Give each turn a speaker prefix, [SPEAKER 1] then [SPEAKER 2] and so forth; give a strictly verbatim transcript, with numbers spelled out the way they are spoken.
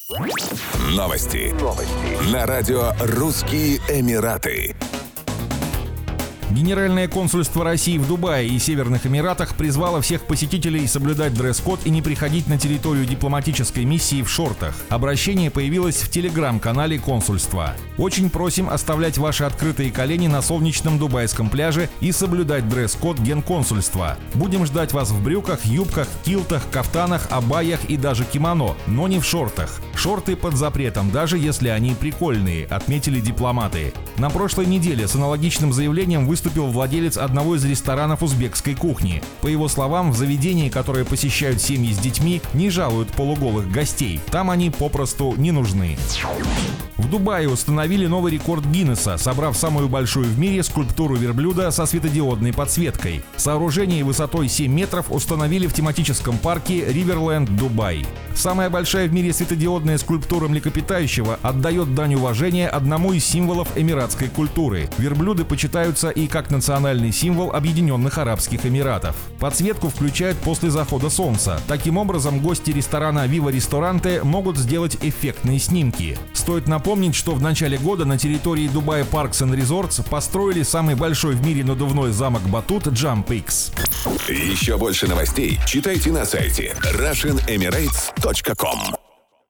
[SPEAKER 1] Новости. Новости. На радио «Русские Эмираты».
[SPEAKER 2] Генеральное консульство России в Дубае и Северных Эмиратах призвало всех посетителей соблюдать дресс-код и не приходить на территорию дипломатической миссии в шортах. Обращение появилось в телеграм-канале консульства. Очень просим оставлять ваши открытые колени на солнечном дубайском пляже и соблюдать дресс-код генконсульства. Будем ждать вас в брюках, юбках, килтах, кафтанах, абайях и даже кимоно, но не в шортах. Шорты под запретом, даже если они прикольные, отметили дипломаты. На прошлой неделе с аналогичным заявлением выступил владелец одного из ресторанов узбекской кухни. По его словам, в заведении, которое посещают семьи с детьми, не жалуют полуголых гостей. Там они попросту не нужны. В Дубае установили новый рекорд Гиннесса, собрав самую большую в мире скульптуру верблюда со светодиодной подсветкой. Сооружение высотой семь метров установили в тематическом парке Риверленд Дубай. Самая большая в мире светодиодная скульптура млекопитающего отдает дань уважения одному из символов эмиратской культуры. Верблюды почитаются и как национальный символ Объединенных Арабских Эмиратов. Подсветку включают после захода солнца. Таким образом, гости ресторана Viva Ristorante могут сделать эффектные снимки. Стоит напомнить, что в начале года на территории Dubai Parks and Resorts построили самый большой в мире надувной замок Батут Jump X.
[SPEAKER 1] Еще больше новостей читайте на сайте Russian Emirates точка ком.